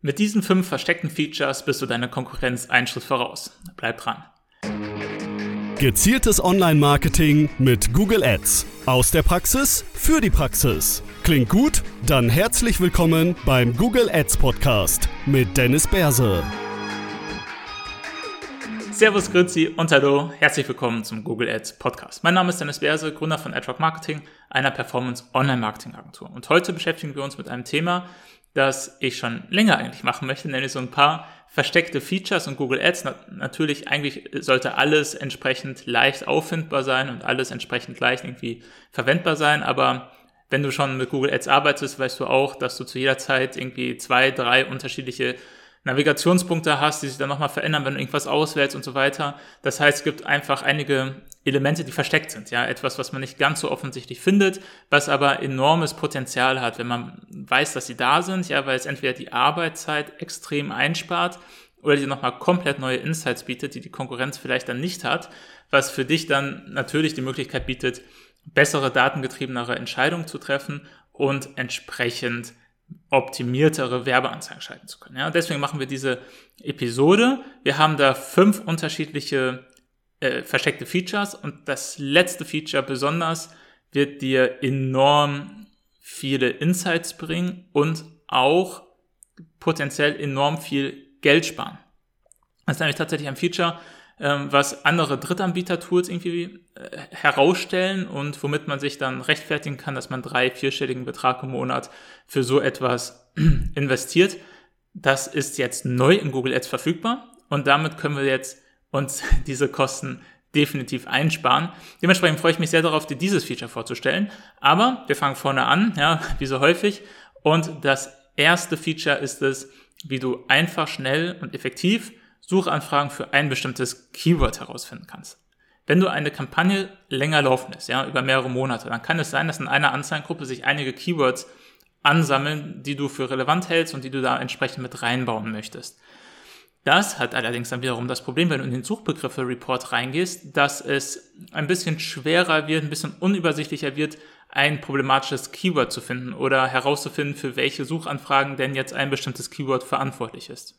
Mit diesen 5 versteckten Features bist du deiner Konkurrenz einen Schritt voraus. Bleib dran. Gezieltes Online-Marketing mit Google Ads. Aus der Praxis für die Praxis. Klingt gut? Dann herzlich willkommen beim Google Ads Podcast mit Dennis Berse. Servus, grüezi und hallo. Herzlich willkommen zum Google Ads Podcast. Mein Name ist Dennis Berse, Gründer von AdRock Marketing, einer Performance-Online-Marketing-Agentur. Und heute beschäftigen wir uns mit einem Thema, das ich schon länger eigentlich machen möchte, nämlich so ein paar versteckte Features in Google Ads. Natürlich, eigentlich sollte alles entsprechend leicht auffindbar sein und alles entsprechend leicht irgendwie verwendbar sein, aber wenn du schon mit Google Ads arbeitest, weißt du auch, dass du zu jeder Zeit irgendwie 2, 3 unterschiedliche Navigationspunkte hast, die sich dann nochmal verändern, wenn du irgendwas auswählst und so weiter. Das heißt, es gibt einfach einige Elemente, die versteckt sind. Ja, etwas, was man nicht ganz so offensichtlich findet, was aber enormes Potenzial hat, wenn man weiß, dass sie da sind, ja, weil es entweder die Arbeitszeit extrem einspart oder dir nochmal komplett neue Insights bietet, die die Konkurrenz vielleicht dann nicht hat, was für dich dann natürlich die Möglichkeit bietet, bessere, datengetriebenere Entscheidungen zu treffen und entsprechend optimiertere Werbeanzeigen schalten zu können. Ja, deswegen machen wir diese Episode. Wir haben da 5 unterschiedliche versteckte Features und das letzte Feature besonders wird dir enorm viele Insights bringen und auch potenziell enorm viel Geld sparen. Das ist nämlich tatsächlich ein Feature, was andere Drittanbieter-Tools irgendwie herausstellen und womit man sich dann rechtfertigen kann, dass man 3-, 4-stelligen Betrag im Monat für so etwas investiert. Das ist jetzt neu in Google Ads verfügbar und damit können wir jetzt uns diese Kosten definitiv einsparen. Dementsprechend freue ich mich sehr darauf, dir dieses Feature vorzustellen. Aber wir fangen vorne an, ja, wie so häufig. Und das erste Feature ist es, wie du einfach, schnell und effektiv Suchanfragen für ein bestimmtes Keyword herausfinden kannst. Wenn du eine Kampagne länger laufen lässt, ja, über mehrere Monate, dann kann es sein, dass in einer Anzeigengruppe sich einige Keywords ansammeln, die du für relevant hältst und die du da entsprechend mit reinbauen möchtest. Das hat allerdings dann wiederum das Problem, wenn du in den Suchbegriffe-Report reingehst, dass es ein bisschen schwerer wird, ein bisschen unübersichtlicher wird, ein problematisches Keyword zu finden oder herauszufinden, für welche Suchanfragen denn jetzt ein bestimmtes Keyword verantwortlich ist.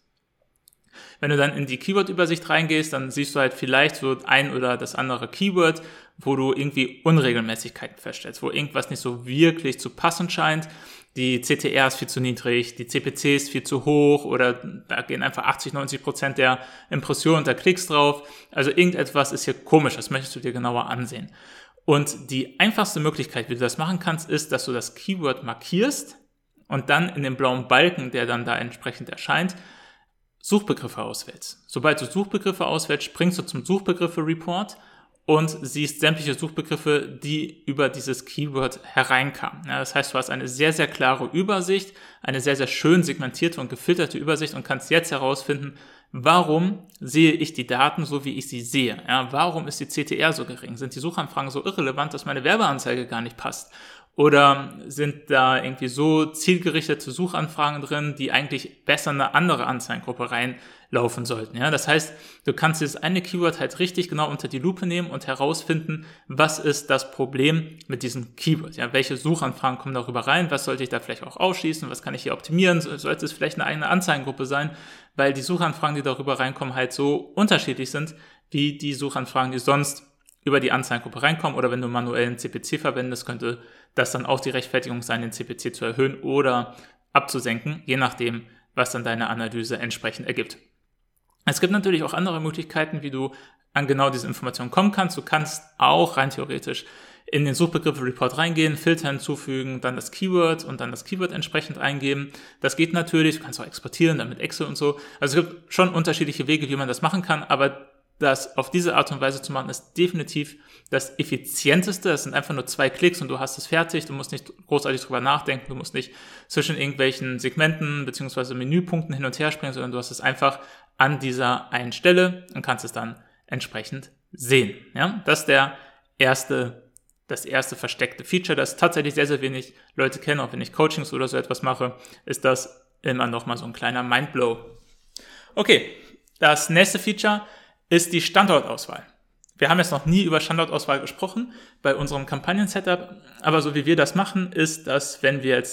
Wenn du dann in die Keyword-Übersicht reingehst, dann siehst du halt vielleicht so ein oder das andere Keyword, wo du irgendwie Unregelmäßigkeiten feststellst, wo irgendwas nicht so wirklich zu passen scheint. Die CTR ist viel zu niedrig, die CPC ist viel zu hoch oder da gehen einfach 80-90% der Impressionen und der Klicks drauf. Also irgendetwas ist hier komisch, das möchtest du dir genauer ansehen. Und die einfachste Möglichkeit, wie du das machen kannst, ist, dass du das Keyword markierst und dann in dem blauen Balken, der dann da entsprechend erscheint, Suchbegriffe auswählst. Sobald du Suchbegriffe auswählst, springst du zum Suchbegriffe-Report und siehst sämtliche Suchbegriffe, die über dieses Keyword hereinkamen. Ja, das heißt, du hast eine sehr, sehr klare Übersicht, eine sehr, sehr schön segmentierte und gefilterte Übersicht und kannst jetzt herausfinden, warum sehe ich die Daten so, wie ich sie sehe? Ja, warum ist die CTR so gering? Sind die Suchanfragen so irrelevant, dass meine Werbeanzeige gar nicht passt? Oder sind da irgendwie so zielgerichtete Suchanfragen drin, die eigentlich besser in eine andere Anzeigengruppe reinlaufen sollten? Ja, das heißt, du kannst dieses eine Keyword halt richtig genau unter die Lupe nehmen und herausfinden, was ist das Problem mit diesem Keyword? Ja, welche Suchanfragen kommen darüber rein? Was sollte ich da vielleicht auch ausschließen? Was kann ich hier optimieren? Sollte es vielleicht eine eigene Anzeigengruppe sein? Weil die Suchanfragen, die darüber reinkommen, halt so unterschiedlich sind, wie die Suchanfragen, die sonst über die Anzeigengruppe reinkommen, oder wenn du manuell einen CPC verwendest, könnte das dann auch die Rechtfertigung sein, den CPC zu erhöhen oder abzusenken, je nachdem, was dann deine Analyse entsprechend ergibt. Es gibt natürlich auch andere Möglichkeiten, wie du an genau diese Informationen kommen kannst. Du kannst auch rein theoretisch in den Suchbegriffe-Report reingehen, Filter hinzufügen, dann das Keyword und dann das Keyword entsprechend eingeben. Das geht natürlich, du kannst auch exportieren, dann mit Excel und so. Also es gibt schon unterschiedliche Wege, wie man das machen kann, aber das auf diese Art und Weise zu machen, ist definitiv das Effizienteste. Es sind einfach nur 2 Klicks und du hast es fertig. Du musst nicht großartig drüber nachdenken. Du musst nicht zwischen irgendwelchen Segmenten bzw. Menüpunkten hin und her springen, sondern du hast es einfach an dieser einen Stelle und kannst es dann entsprechend sehen. Ja, das ist das erste versteckte Feature, das tatsächlich sehr, sehr wenig Leute kennen. Auch wenn ich Coachings oder so etwas mache, ist das immer nochmal so ein kleiner Mindblow. Okay, das nächste Feature ist die Standortauswahl. Wir haben jetzt noch nie über Standortauswahl gesprochen bei unserem Kampagnen-Setup, aber so wie wir das machen, ist, dass wenn wir jetzt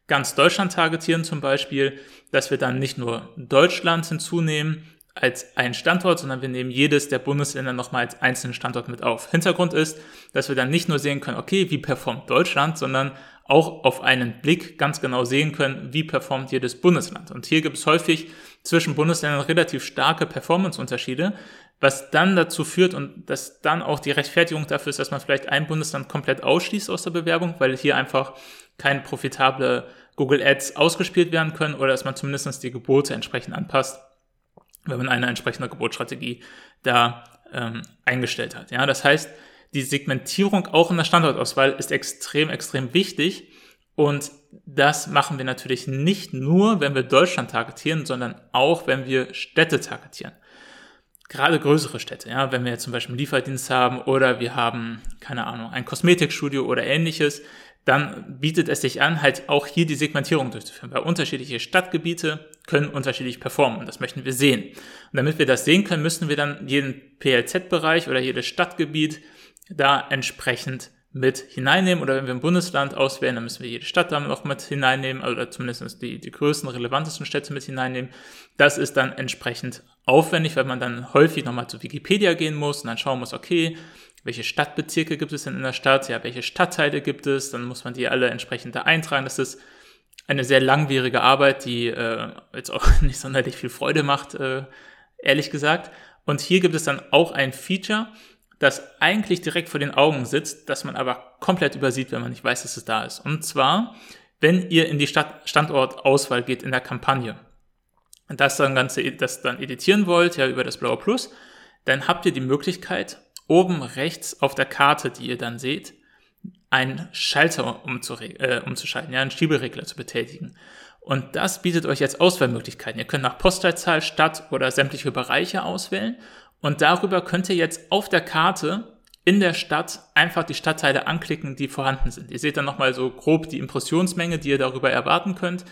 ganz Deutschland targetieren zum Beispiel, dass wir dann nicht nur Deutschland hinzunehmen als einen Standort, sondern wir nehmen jedes der Bundesländer nochmal als einzelnen Standort mit auf. Hintergrund ist, dass wir dann nicht nur sehen können, okay, wie performt Deutschland, sondern auch auf einen Blick ganz genau sehen können, wie performt jedes Bundesland. Und hier gibt es häufig zwischen Bundesländern relativ starke Performance-Unterschiede, was dann dazu führt und das dann auch die Rechtfertigung dafür ist, dass man vielleicht ein Bundesland komplett ausschließt aus der Bewerbung, weil hier einfach keine profitable Google Ads ausgespielt werden können oder dass man zumindest die Gebote entsprechend anpasst, wenn man eine entsprechende Gebotsstrategie da eingestellt hat. Ja, das heißt, die Segmentierung auch in der Standortauswahl ist extrem, extrem wichtig und das machen wir natürlich nicht nur, wenn wir Deutschland targetieren, sondern auch, wenn wir Städte targetieren. Gerade größere Städte, ja, wenn wir jetzt zum Beispiel einen Lieferdienst haben oder wir haben, keine Ahnung, ein Kosmetikstudio oder ähnliches, dann bietet es sich an, halt auch hier die Segmentierung durchzuführen, weil unterschiedliche Stadtgebiete können unterschiedlich performen und das möchten wir sehen. Und damit wir das sehen können, müssen wir dann jeden PLZ-Bereich oder jedes Stadtgebiet da entsprechend mit hineinnehmen oder wenn wir ein Bundesland auswählen, dann müssen wir jede Stadt damit auch mit hineinnehmen oder zumindest die größten, relevantesten Städte mit hineinnehmen. Das ist dann entsprechend aufwendig, weil man dann häufig nochmal zu Wikipedia gehen muss und dann schauen muss, okay, welche Stadtbezirke gibt es denn in der Stadt, ja, welche Stadtteile gibt es, dann muss man die alle entsprechend da eintragen. Das ist eine sehr langwierige Arbeit, die jetzt auch nicht sonderlich viel Freude macht, ehrlich gesagt. Und hier gibt es dann auch ein Feature, das eigentlich direkt vor den Augen sitzt, das man aber komplett übersieht, wenn man nicht weiß, dass es da ist. Und zwar, wenn ihr in die Standortauswahl geht in der Kampagne und das dann editieren wollt, ja, über das blaue Plus, dann habt ihr die Möglichkeit, oben rechts auf der Karte, die ihr dann seht, einen Schalter umzuschalten, ja, einen Schieberegler zu betätigen. Und das bietet euch jetzt Auswahlmöglichkeiten. Ihr könnt nach Postleitzahl, Stadt oder sämtliche Bereiche auswählen. Und darüber könnt ihr jetzt auf der Karte in der Stadt einfach die Stadtteile anklicken, die vorhanden sind. Ihr seht dann nochmal so grob die Impressionsmenge, die ihr darüber erwarten könnt.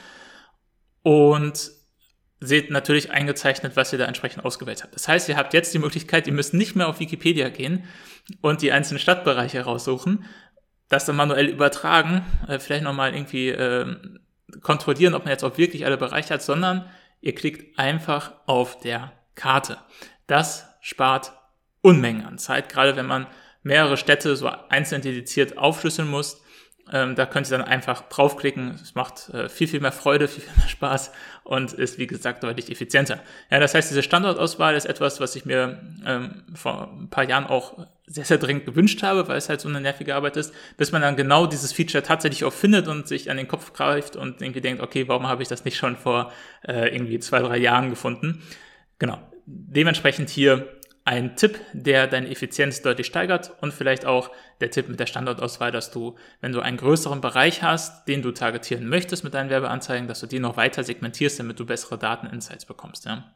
Und seht natürlich eingezeichnet, was ihr da entsprechend ausgewählt habt. Das heißt, ihr habt jetzt die Möglichkeit, ihr müsst nicht mehr auf Wikipedia gehen und die einzelnen Stadtbereiche raussuchen, das dann manuell übertragen, vielleicht nochmal irgendwie kontrollieren, ob man jetzt auch wirklich alle Bereiche hat, sondern ihr klickt einfach auf der Karte. Das spart Unmengen an Zeit, gerade wenn man mehrere Städte so einzeln dediziert aufschlüsseln muss. Da könnt ihr dann einfach draufklicken. Es macht viel, viel mehr Freude, viel, viel mehr Spaß und ist, wie gesagt, deutlich effizienter. Ja, das heißt, diese Standortauswahl ist etwas, was ich mir vor ein paar Jahren auch sehr, sehr dringend gewünscht habe, weil es halt so eine nervige Arbeit ist, bis man dann genau dieses Feature tatsächlich auch findet und sich an den Kopf greift und irgendwie denkt, okay, warum habe ich das nicht schon vor irgendwie 2-3 Jahren gefunden? Genau. Dementsprechend hier ein Tipp, der deine Effizienz deutlich steigert und vielleicht auch der Tipp mit der Standortauswahl, dass du, wenn du einen größeren Bereich hast, den du targetieren möchtest mit deinen Werbeanzeigen, dass du die noch weiter segmentierst, damit du bessere Dateninsights bekommst. Ja.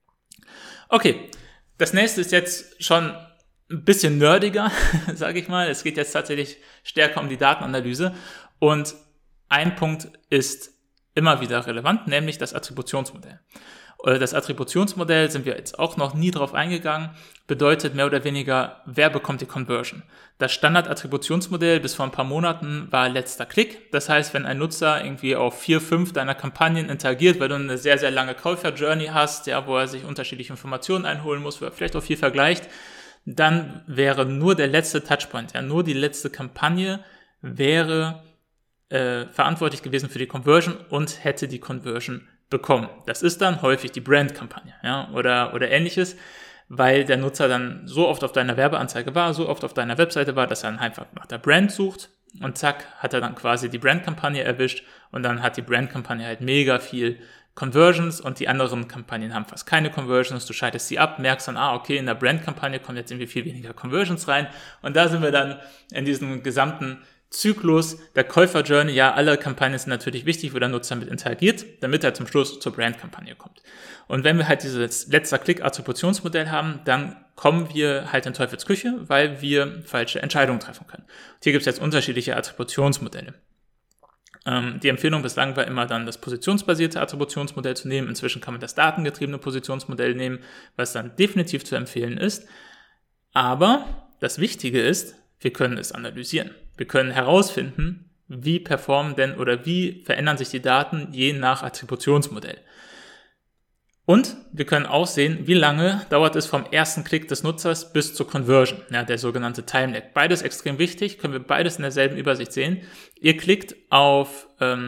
Okay, das nächste ist jetzt schon ein bisschen nerdiger, sage ich mal. Es geht jetzt tatsächlich stärker um die Datenanalyse und ein Punkt ist immer wieder relevant, nämlich das Attributionsmodell. Das Attributionsmodell sind wir jetzt auch noch nie drauf eingegangen, bedeutet mehr oder weniger, wer bekommt die Conversion. Das Standard-Attributionsmodell bis vor ein paar Monaten war letzter Klick. Das heißt, wenn ein Nutzer irgendwie auf 4-5 deiner Kampagnen interagiert, weil du eine sehr, sehr lange Käufer-Journey hast, ja, wo er sich unterschiedliche Informationen einholen muss, wo er vielleicht auch viel vergleicht, dann wäre nur der letzte Touchpoint, ja, nur die letzte Kampagne wäre verantwortlich gewesen für die Conversion und hätte die Conversion bekommen. Das ist dann häufig die Brand-Kampagne, ja, oder ähnliches, weil der Nutzer dann so oft auf deiner Werbeanzeige war, so oft auf deiner Webseite war, dass er dann einfach nach der Brand sucht und zack, hat er dann quasi die Brand-Kampagne erwischt und dann hat die Brand-Kampagne halt mega viel Conversions und die anderen Kampagnen haben fast keine Conversions. Du schaltest sie ab, merkst dann, okay, in der Brand-Kampagne kommen jetzt irgendwie viel weniger Conversions rein und da sind wir dann in diesem gesamten Zyklus der Käufer-Journey. Ja, alle Kampagnen sind natürlich wichtig, wo der Nutzer mit interagiert, damit er zum Schluss zur Brand-Kampagne kommt. Und wenn wir halt dieses letzter-Klick-Attributionsmodell haben, dann kommen wir halt in Teufelsküche, weil wir falsche Entscheidungen treffen können. Und hier gibt es jetzt unterschiedliche Attributionsmodelle. Die Empfehlung bislang war immer dann das positionsbasierte Attributionsmodell zu nehmen. Inzwischen kann man das datengetriebene Positionsmodell nehmen, was dann definitiv zu empfehlen ist. Aber das Wichtige ist, wir können es analysieren. Wir können herausfinden, wie performen denn oder wie verändern sich die Daten je nach Attributionsmodell. Und wir können auch sehen, wie lange dauert es vom ersten Klick des Nutzers bis zur Conversion, ja, der sogenannte Time Lag. Beides extrem wichtig, können wir beides in derselben Übersicht sehen. Ihr klickt auf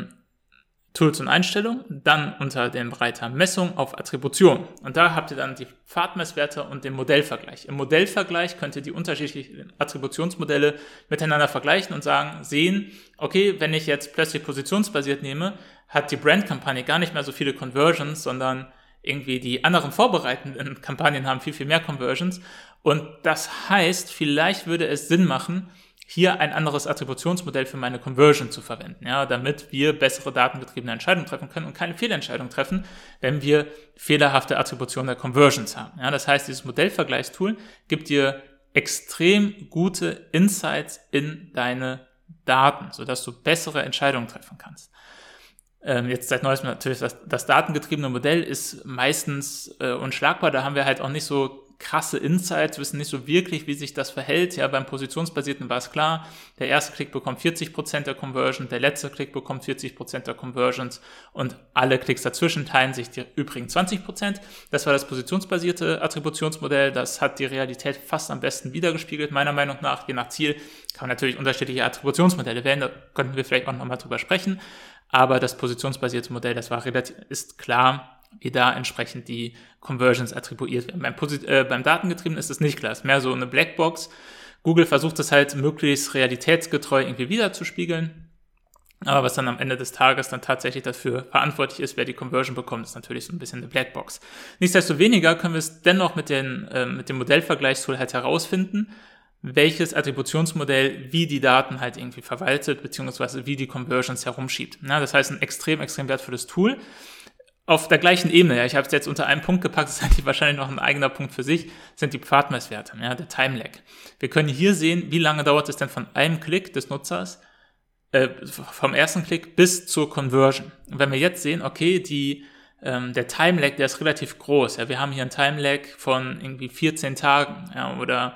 Tools und Einstellungen, dann unter dem Reiter Messung auf Attribution. Und da habt ihr dann die Pfadmesswerte und den Modellvergleich. Im Modellvergleich könnt ihr die unterschiedlichen Attributionsmodelle miteinander vergleichen und sehen, okay, wenn ich jetzt plötzlich positionsbasiert nehme, hat die Brandkampagne gar nicht mehr so viele Conversions, sondern irgendwie die anderen vorbereitenden Kampagnen haben viel, viel mehr Conversions. Und das heißt, vielleicht würde es Sinn machen, hier ein anderes Attributionsmodell für meine Conversion zu verwenden, ja, damit wir bessere datengetriebene Entscheidungen treffen können und keine Fehlentscheidung treffen, wenn wir fehlerhafte Attribution der Conversions haben. Ja, das heißt, dieses Modellvergleichstool gibt dir extrem gute Insights in deine Daten, sodass du bessere Entscheidungen treffen kannst. Jetzt seit neuestem natürlich das datengetriebene Modell ist meistens unschlagbar, da haben wir halt auch nicht so krasse Insights, wissen nicht so wirklich, wie sich das verhält. Ja, beim Positionsbasierten war es klar, der erste Klick bekommt 40% der Conversion, der letzte Klick bekommt 40% der Conversions und alle Klicks dazwischen teilen sich die übrigen 20%. Das war das positionsbasierte Attributionsmodell, das hat die Realität fast am besten wiedergespiegelt, meiner Meinung nach. Je nach Ziel kann man natürlich unterschiedliche Attributionsmodelle wählen, da könnten wir vielleicht auch nochmal drüber sprechen, aber das positionsbasierte Modell, das war ist klar, wie da entsprechend die Conversions attribuiert werden. Beim Datengetriebenen ist es nicht klar, es ist mehr so eine Blackbox. Google versucht es halt möglichst realitätsgetreu irgendwie wiederzuspiegeln, aber was dann am Ende des Tages dann tatsächlich dafür verantwortlich ist, wer die Conversion bekommt, ist natürlich so ein bisschen eine Blackbox. Nichtsdestoweniger können wir es dennoch mit dem Modellvergleichstool halt herausfinden, welches Attributionsmodell wie die Daten halt irgendwie verwaltet, beziehungsweise wie die Conversions herumschiebt. Ja, das heißt, ein extrem, extrem wertvolles Tool. Auf der gleichen Ebene, ja, ich habe es jetzt unter einem Punkt gepackt, das ist eigentlich wahrscheinlich noch ein eigener Punkt für sich, sind die Pfadmesswerte, ja, der Time Lag. Wir können hier sehen, wie lange dauert es denn von einem Klick des Nutzers, vom ersten Klick bis zur Conversion. Und wenn wir jetzt sehen, okay, der Time Lag, der ist relativ groß, ja, wir haben hier einen Time Lag von irgendwie 14 Tagen, ja, oder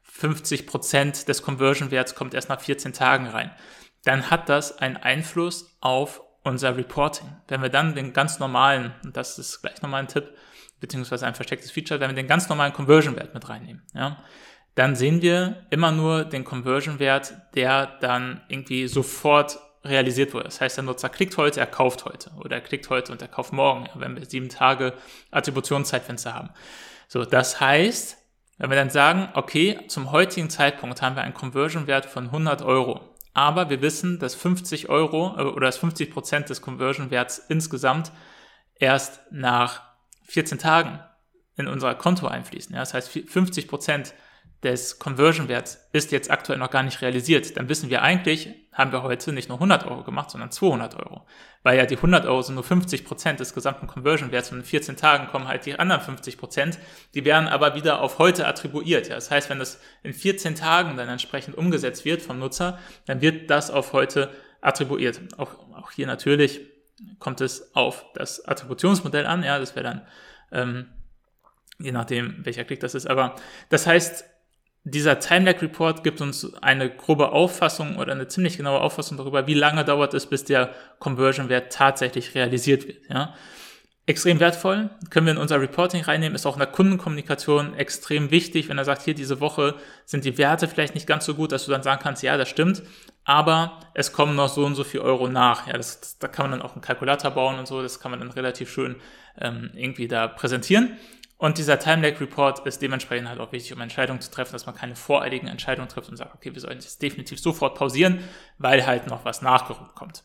50% des Conversion-Werts kommt erst nach 14 Tagen rein. Dann hat das einen Einfluss auf unser Reporting. Wenn wir dann den ganz normalen, und das ist gleich nochmal ein Tipp, beziehungsweise ein verstecktes Feature, wenn wir den ganz normalen Conversion-Wert mit reinnehmen, ja, dann sehen wir immer nur den Conversion-Wert, der dann irgendwie sofort realisiert wurde. Das heißt, der Nutzer klickt heute, er kauft heute, oder er klickt heute und er kauft morgen, ja, wenn wir 7 Tage Attributionszeitfenster haben. So, das heißt, wenn wir dann sagen, okay, zum heutigen Zeitpunkt haben wir einen Conversion-Wert von 100 Euro, aber wir wissen, dass 50 Euro oder dass 50% des Conversion-Werts insgesamt erst nach 14 Tagen in unser Konto einfließen. Ja, das heißt, 50% des Conversion-Werts ist jetzt aktuell noch gar nicht realisiert. Dann wissen wir eigentlich, haben wir heute nicht nur 100 Euro gemacht, sondern 200 Euro. Weil ja die 100 Euro sind nur 50% des gesamten Conversion-Werts und in 14 Tagen kommen halt die anderen 50%. Die werden aber wieder auf heute attribuiert. Ja, das heißt, wenn das in 14 Tagen dann entsprechend umgesetzt wird vom Nutzer, dann wird das auf heute attribuiert. Auch hier natürlich kommt es auf das Attributionsmodell an. Ja, das wäre dann, je nachdem, welcher Klick das ist. Aber das heißt, dieser Time-Lag-Report gibt uns eine grobe Auffassung oder eine ziemlich genaue Auffassung darüber, wie lange dauert es, bis der Conversion-Wert tatsächlich realisiert wird. Ja. Extrem wertvoll, können wir in unser Reporting reinnehmen, ist auch in der Kundenkommunikation extrem wichtig, wenn er sagt, hier diese Woche sind die Werte vielleicht nicht ganz so gut, dass du dann sagen kannst, ja, das stimmt, aber es kommen noch so und so viel Euro nach. Ja, da kann man dann auch einen Kalkulator bauen und so, das kann man dann relativ schön irgendwie da präsentieren. Und dieser Time-Lag-Report ist dementsprechend halt auch wichtig, um Entscheidungen zu treffen, dass man keine voreiligen Entscheidungen trifft und sagt, okay, wir sollten das definitiv sofort pausieren, weil halt noch was nachgerückt kommt.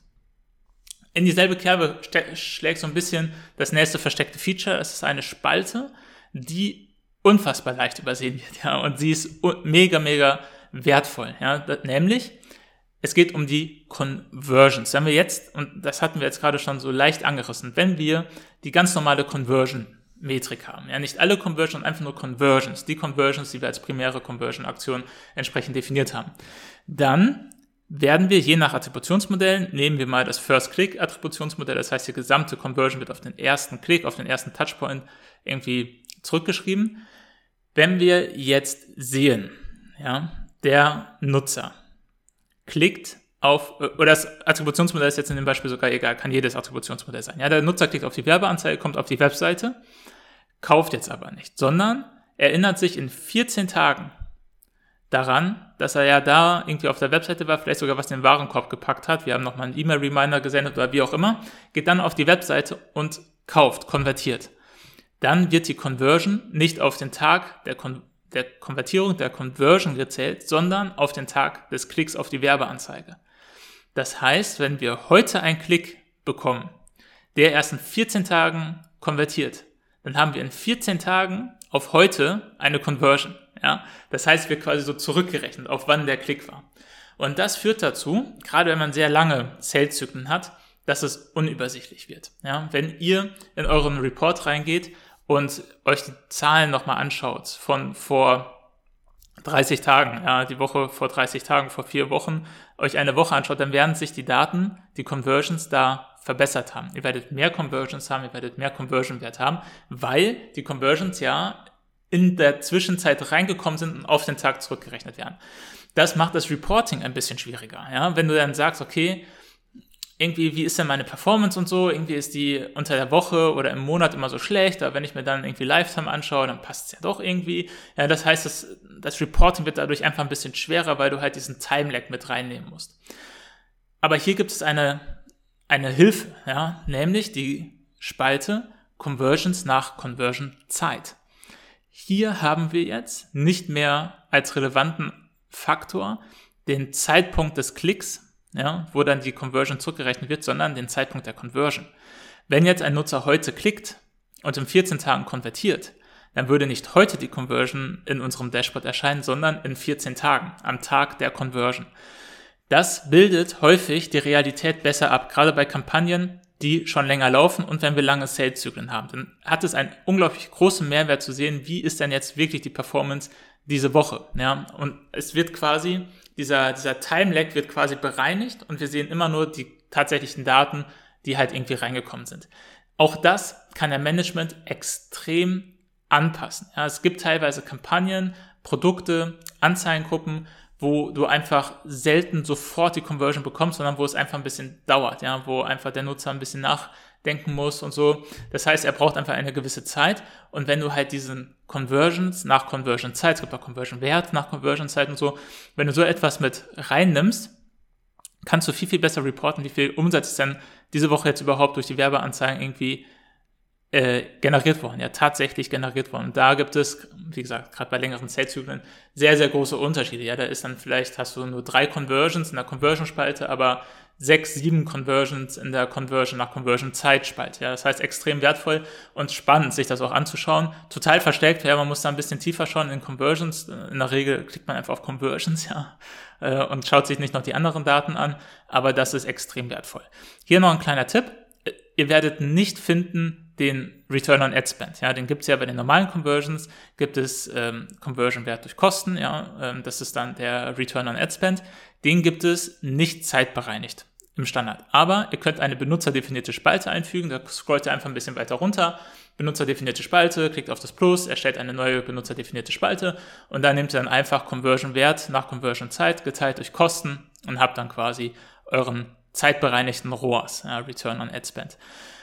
In dieselbe Kerbe schlägt so ein bisschen das nächste versteckte Feature. Es ist eine Spalte, die unfassbar leicht übersehen wird, ja, und sie ist mega, mega wertvoll, ja, nämlich es geht um die Conversions. Wenn wir jetzt, und das hatten wir jetzt gerade schon so leicht angerissen, wenn wir die ganz normale Conversion-Metrik haben, ja, nicht alle Conversions, einfach nur Conversions, die Conversions, die wir als primäre Conversion-Aktion entsprechend definiert haben, dann werden wir je nach Attributionsmodell, nehmen wir mal das First-Click-Attributionsmodell, das heißt, die gesamte Conversion wird auf den ersten Klick, auf den ersten Touchpoint irgendwie zurückgeschrieben. Wenn wir jetzt sehen, ja, der Nutzer klickt oder das Attributionsmodell ist jetzt in dem Beispiel sogar egal, kann jedes Attributionsmodell sein. Ja, der Nutzer klickt auf die Werbeanzeige, kommt auf die Webseite, kauft jetzt aber nicht, sondern erinnert sich in 14 Tagen daran, dass er ja da irgendwie auf der Webseite war, vielleicht sogar was in den Warenkorb gepackt hat, wir haben nochmal einen E-Mail-Reminder gesendet oder wie auch immer, geht dann auf die Webseite und kauft, konvertiert. Dann wird die Conversion nicht auf den Tag der Konvertierung, der Conversion gezählt, sondern auf den Tag des Klicks auf die Werbeanzeige. Das heißt, wenn wir heute einen Klick bekommen, der erst in 14 Tagen konvertiert, dann haben wir in 14 Tagen auf heute eine Conversion. Ja? Das heißt, wir quasi so zurückgerechnet, auf wann der Klick war. Und das führt dazu, gerade wenn man sehr lange Sales-Zyklen hat, dass es unübersichtlich wird. Ja? Wenn ihr in euren Report reingeht und euch die Zahlen nochmal anschaut von vor 30 Tagen, ja, die Woche vor 30 Tagen, vor 4 Wochen, euch eine Woche anschaut, dann werden sich die Daten, die Conversions da verbessert haben. Ihr werdet mehr Conversions haben, ihr werdet mehr Conversion-Wert haben, weil die Conversions ja in der Zwischenzeit reingekommen sind und auf den Tag zurückgerechnet werden. Das macht das Reporting ein bisschen schwieriger. Ja? Wenn du dann sagst, okay, irgendwie, wie ist denn meine Performance und so, irgendwie ist die unter der Woche oder im Monat immer so schlecht, aber wenn ich mir dann irgendwie Lifetime anschaue, dann passt es ja doch irgendwie. Ja, das heißt, das Reporting wird dadurch einfach ein bisschen schwerer, weil du halt diesen Time-Lag mit reinnehmen musst. Aber hier gibt es eine Hilfe, ja, nämlich die Spalte Conversions nach Conversion-Zeit. Hier haben wir jetzt nicht mehr als relevanten Faktor den Zeitpunkt des Klicks, ja, wo dann die Conversion zurückgerechnet wird, sondern den Zeitpunkt der Conversion. Wenn jetzt ein Nutzer heute klickt und in 14 Tagen konvertiert, dann würde nicht heute die Conversion in unserem Dashboard erscheinen, sondern in 14 Tagen, am Tag der Conversion. Das bildet häufig die Realität besser ab, gerade bei Kampagnen, die schon länger laufen und wenn wir lange Sales-Zyklen haben. Dann hat es einen unglaublich großen Mehrwert zu sehen, wie ist denn jetzt wirklich die Performance diese Woche. Ja? Und es wird quasi, dieser Time-Lag wird quasi bereinigt und wir sehen immer nur die tatsächlichen Daten, die halt irgendwie reingekommen sind. Auch das kann der Management extrem anpassen. Ja? Es gibt teilweise Kampagnen, Produkte, Anzeigengruppen, wo du einfach selten sofort die Conversion bekommst, sondern wo es einfach ein bisschen dauert, ja, wo einfach der Nutzer ein bisschen nachdenken muss und so. Das heißt, er braucht einfach eine gewisse Zeit und wenn du halt diesen Conversions nach Conversion-Zeit, es gibt auch Conversion-Wert nach Conversion-Zeit und so, wenn du so etwas mit reinnimmst, kannst du viel, viel besser reporten, wie viel Umsatz ist denn diese Woche jetzt überhaupt durch die Werbeanzeigen irgendwie generiert worden, ja, tatsächlich generiert worden. Und da gibt es, wie gesagt, gerade bei längeren Sales-Zyklen sehr, sehr große Unterschiede. Ja, da ist dann vielleicht, hast du nur 3 Conversions in der Conversion-Spalte, aber 6, 7 Conversions in der Conversion nach Conversion-Zeitspalte. Ja, das heißt, extrem wertvoll und spannend, sich das auch anzuschauen. Total versteckt, ja, man muss da ein bisschen tiefer schauen in Conversions. In der Regel klickt man einfach auf Conversions, ja, und schaut sich nicht noch die anderen Daten an, aber das ist extrem wertvoll. Hier noch ein kleiner Tipp. Ihr werdet nicht finden, den Return on Ad Spend, ja, den gibt es ja bei den normalen Conversions, gibt es Conversion-Wert durch Kosten, ja, das ist dann der Return on Ad Spend, den gibt es nicht zeitbereinigt im Standard, aber ihr könnt eine benutzerdefinierte Spalte einfügen, da scrollt ihr einfach ein bisschen weiter runter, benutzerdefinierte Spalte, klickt auf das Plus, erstellt eine neue benutzerdefinierte Spalte und dann nehmt ihr dann einfach Conversion-Wert nach Conversion-Zeit geteilt durch Kosten und habt dann quasi euren zeitbereinigten ROAS, ja, Return on Ad Spend.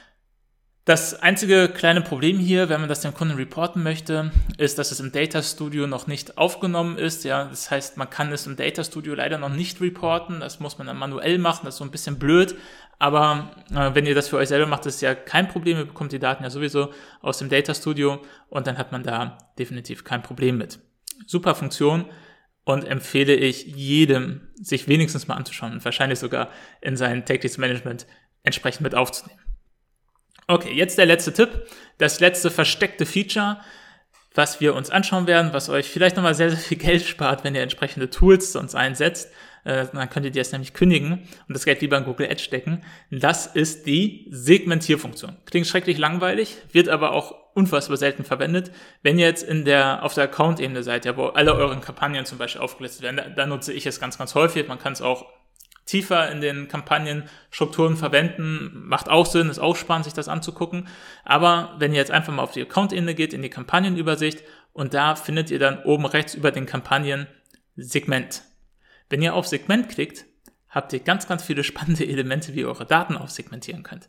Das einzige kleine Problem hier, wenn man das dem Kunden reporten möchte, ist, dass es im Data Studio noch nicht aufgenommen ist. Ja, das heißt, man kann es im Data Studio leider noch nicht reporten. Das muss man dann manuell machen. Das ist so ein bisschen blöd. Aber wenn ihr das für euch selber macht, ist ja kein Problem. Ihr bekommt die Daten ja sowieso aus dem Data Studio und dann hat man da definitiv kein Problem mit. Super Funktion und empfehle ich jedem, sich wenigstens mal anzuschauen und wahrscheinlich sogar in sein tägliches Management entsprechend mit aufzunehmen. Okay, jetzt der letzte Tipp, das letzte versteckte Feature, was wir uns anschauen werden, was euch vielleicht nochmal sehr, sehr viel Geld spart, wenn ihr entsprechende Tools sonst einsetzt. Dann könnt ihr das nämlich kündigen und das Geld lieber in Google Ads stecken. Das ist die Segmentierfunktion. Klingt schrecklich langweilig, wird aber auch unfassbar selten verwendet. Wenn ihr jetzt auf der Account-Ebene seid, ja, wo alle euren Kampagnen zum Beispiel aufgelistet werden, da nutze ich es ganz, ganz häufig. Man kann es auch tiefer in den Kampagnenstrukturen verwenden, macht auch Sinn, ist auch spannend, sich das anzugucken. Aber wenn ihr jetzt einfach mal auf die Account-Ebene geht, in die Kampagnenübersicht und da findet ihr dann oben rechts über den Kampagnen Segment. Wenn ihr auf Segment klickt, habt ihr ganz, ganz viele spannende Elemente, wie ihr eure Daten aufsegmentieren könnt.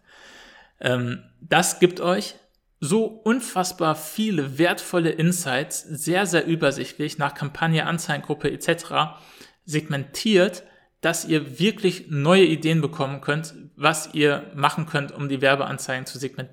Das gibt euch so unfassbar viele wertvolle Insights, sehr, sehr übersichtlich, nach Kampagne, Anzeigengruppe etc. segmentiert, dass ihr wirklich neue Ideen bekommen könnt, was ihr machen könnt, um die Werbeanzeigen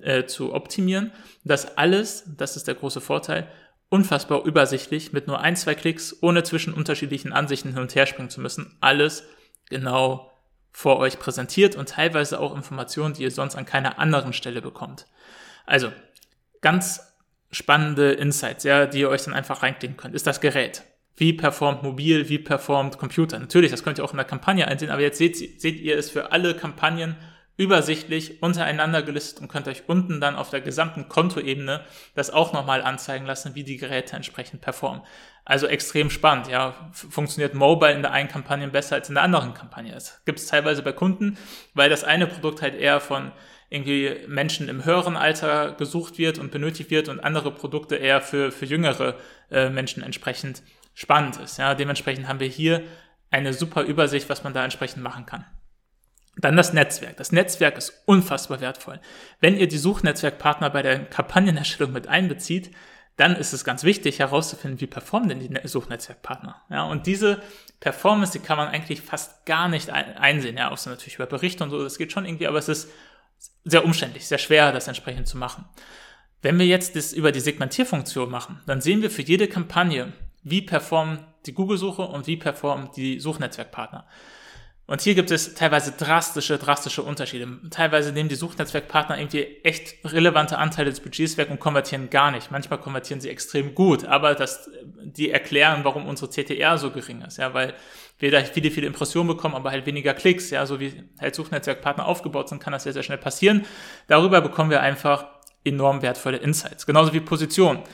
zu optimieren. Das alles, das ist der große Vorteil, unfassbar übersichtlich, mit nur 1-2 Klicks, ohne zwischen unterschiedlichen Ansichten hin und her springen zu müssen, alles genau vor euch präsentiert und teilweise auch Informationen, die ihr sonst an keiner anderen Stelle bekommt. Also, ganz spannende Insights, ja, die ihr euch dann einfach reinklicken könnt. Ist das Gerät? Wie performt mobil? Wie performt Computer? Natürlich, das könnt ihr auch in der Kampagne einsehen, aber jetzt seht ihr es für alle Kampagnen übersichtlich untereinander gelistet und könnt euch unten dann auf der gesamten Kontoebene das auch nochmal anzeigen lassen, wie die Geräte entsprechend performen. Also extrem spannend, ja. Funktioniert Mobile in der einen Kampagne besser als in der anderen Kampagne. Das gibt es teilweise bei Kunden, weil das eine Produkt halt eher von irgendwie Menschen im höheren Alter gesucht wird und benötigt wird und andere Produkte eher für jüngere Menschen entsprechend spannend ist. Ja. Dementsprechend haben wir hier eine super Übersicht, was man da entsprechend machen kann. Dann das Netzwerk. Das Netzwerk ist unfassbar wertvoll. Wenn ihr die Suchnetzwerkpartner bei der Kampagnenerstellung mit einbezieht, dann ist es ganz wichtig herauszufinden, wie performen denn die Suchnetzwerkpartner. Ja, und diese Performance, die kann man eigentlich fast gar nicht einsehen. Ja, außer natürlich über Berichte und so, das geht schon irgendwie, aber es ist sehr umständlich, sehr schwer, das entsprechend zu machen. Wenn wir jetzt das über die Segmentierfunktion machen, dann sehen wir für jede Kampagne, wie performen die Google-Suche und wie performen die Suchnetzwerkpartner. Und hier gibt es teilweise drastische Unterschiede. Teilweise nehmen die Suchnetzwerkpartner irgendwie echt relevante Anteile des Budgets weg und konvertieren gar nicht. Manchmal konvertieren sie extrem gut, aber die erklären, warum unsere CTR so gering ist, ja, weil wir da viele Impressionen bekommen, aber halt weniger Klicks, ja, so wie halt Suchnetzwerkpartner aufgebaut sind, kann das sehr, sehr schnell passieren. Darüber bekommen wir einfach enorm wertvolle Insights. Genauso wie Position.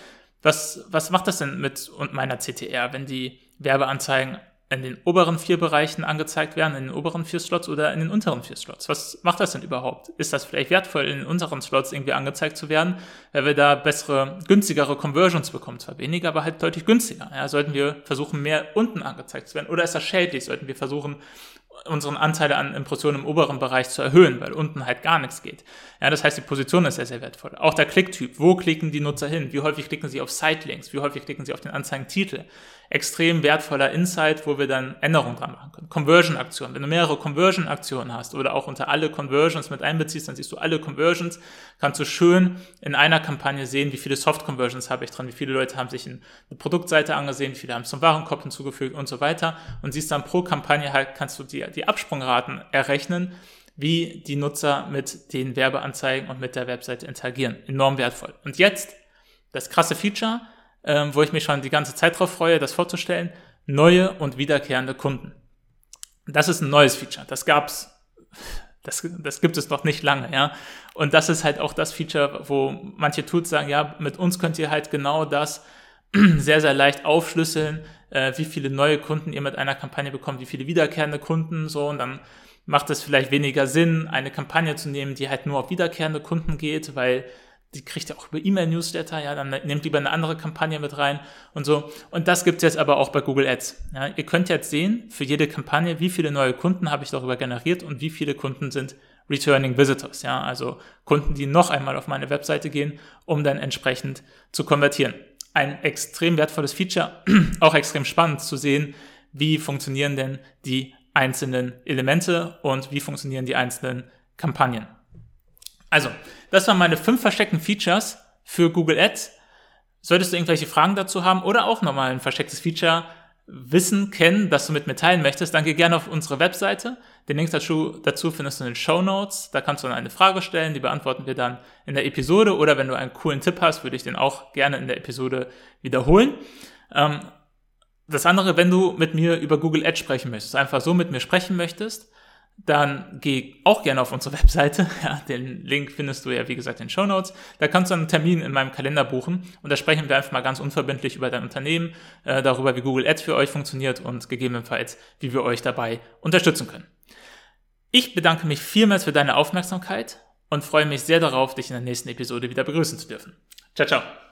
Was macht das denn mit meiner CTR, wenn die Werbeanzeigen in den oberen 4 Bereichen angezeigt werden, in den oberen 4 Slots oder in den unteren 4 Slots? Was macht das denn überhaupt? Ist das vielleicht wertvoll, in den unteren Slots irgendwie angezeigt zu werden, weil wir da günstigere Conversions bekommen? Zwar weniger, aber halt deutlich günstiger. Ja, sollten wir versuchen, mehr unten angezeigt zu werden? Oder ist das schädlich? Sollten wir versuchen, unseren Anteil an Impressionen im oberen Bereich zu erhöhen, weil unten halt gar nichts geht. Ja, das heißt, die Position ist sehr, sehr wertvoll. Auch der Klicktyp. Wo klicken die Nutzer hin? Wie häufig klicken sie auf Sitelinks? Wie häufig klicken sie auf den Anzeigentitel? Extrem wertvoller Insight, wo wir dann Änderungen dran machen können. Conversion-Aktionen. Wenn du mehrere Conversion-Aktionen hast oder auch unter alle Conversions mit einbeziehst, dann siehst du alle Conversions, kannst du schön in einer Kampagne sehen, wie viele Soft-Conversions habe ich dran, wie viele Leute haben sich eine Produktseite angesehen, wie viele haben es zum Warenkorb hinzugefügt und so weiter, und siehst dann pro Kampagne halt, kannst du die Absprungraten errechnen, wie die Nutzer mit den Werbeanzeigen und mit der Webseite interagieren. Enorm wertvoll. Und jetzt das krasse Feature, wo ich mich schon die ganze Zeit drauf freue, das vorzustellen: neue und wiederkehrende Kunden. Das ist ein neues Feature. Das gibt es noch nicht lange, ja. Und das ist halt auch das Feature, wo manche Tools sagen, ja, mit uns könnt ihr halt genau das sehr, sehr leicht aufschlüsseln, wie viele neue Kunden ihr mit einer Kampagne bekommt, wie viele wiederkehrende Kunden, so, und dann macht es vielleicht weniger Sinn, eine Kampagne zu nehmen, die halt nur auf wiederkehrende Kunden geht, weil die kriegt ihr auch über E-Mail-Newsletter, ja, dann nehmt lieber eine andere Kampagne mit rein und so. Und das gibt's jetzt aber auch bei Google Ads. Ja, ihr könnt jetzt sehen, für jede Kampagne, wie viele neue Kunden habe ich darüber generiert und wie viele Kunden sind Returning Visitors, ja, also Kunden, die noch einmal auf meine Webseite gehen, um dann entsprechend zu konvertieren. Ein extrem wertvolles Feature, auch extrem spannend zu sehen, wie funktionieren denn die einzelnen Elemente und wie funktionieren die einzelnen Kampagnen. Also, das waren meine 5 versteckten Features für Google Ads. Solltest du irgendwelche Fragen dazu haben oder auch nochmal ein verstecktes Feature kennen, das du mit mir teilen möchtest, dann geh gerne auf unsere Webseite. Den Link dazu findest du in den Shownotes. Da kannst du dann eine Frage stellen, die beantworten wir dann in der Episode. Oder wenn du einen coolen Tipp hast, würde ich den auch gerne in der Episode wiederholen. Das andere, wenn du mit mir über Google Ads sprechen möchtest, einfach so mit mir sprechen möchtest, dann geh auch gerne auf unsere Webseite. Ja, den Link findest du ja, wie gesagt, in den Shownotes. Da kannst du einen Termin in meinem Kalender buchen und da sprechen wir einfach mal ganz unverbindlich über dein Unternehmen, darüber, wie Google Ads für euch funktioniert und gegebenenfalls, wie wir euch dabei unterstützen können. Ich bedanke mich vielmals für deine Aufmerksamkeit und freue mich sehr darauf, dich in der nächsten Episode wieder begrüßen zu dürfen. Ciao, ciao.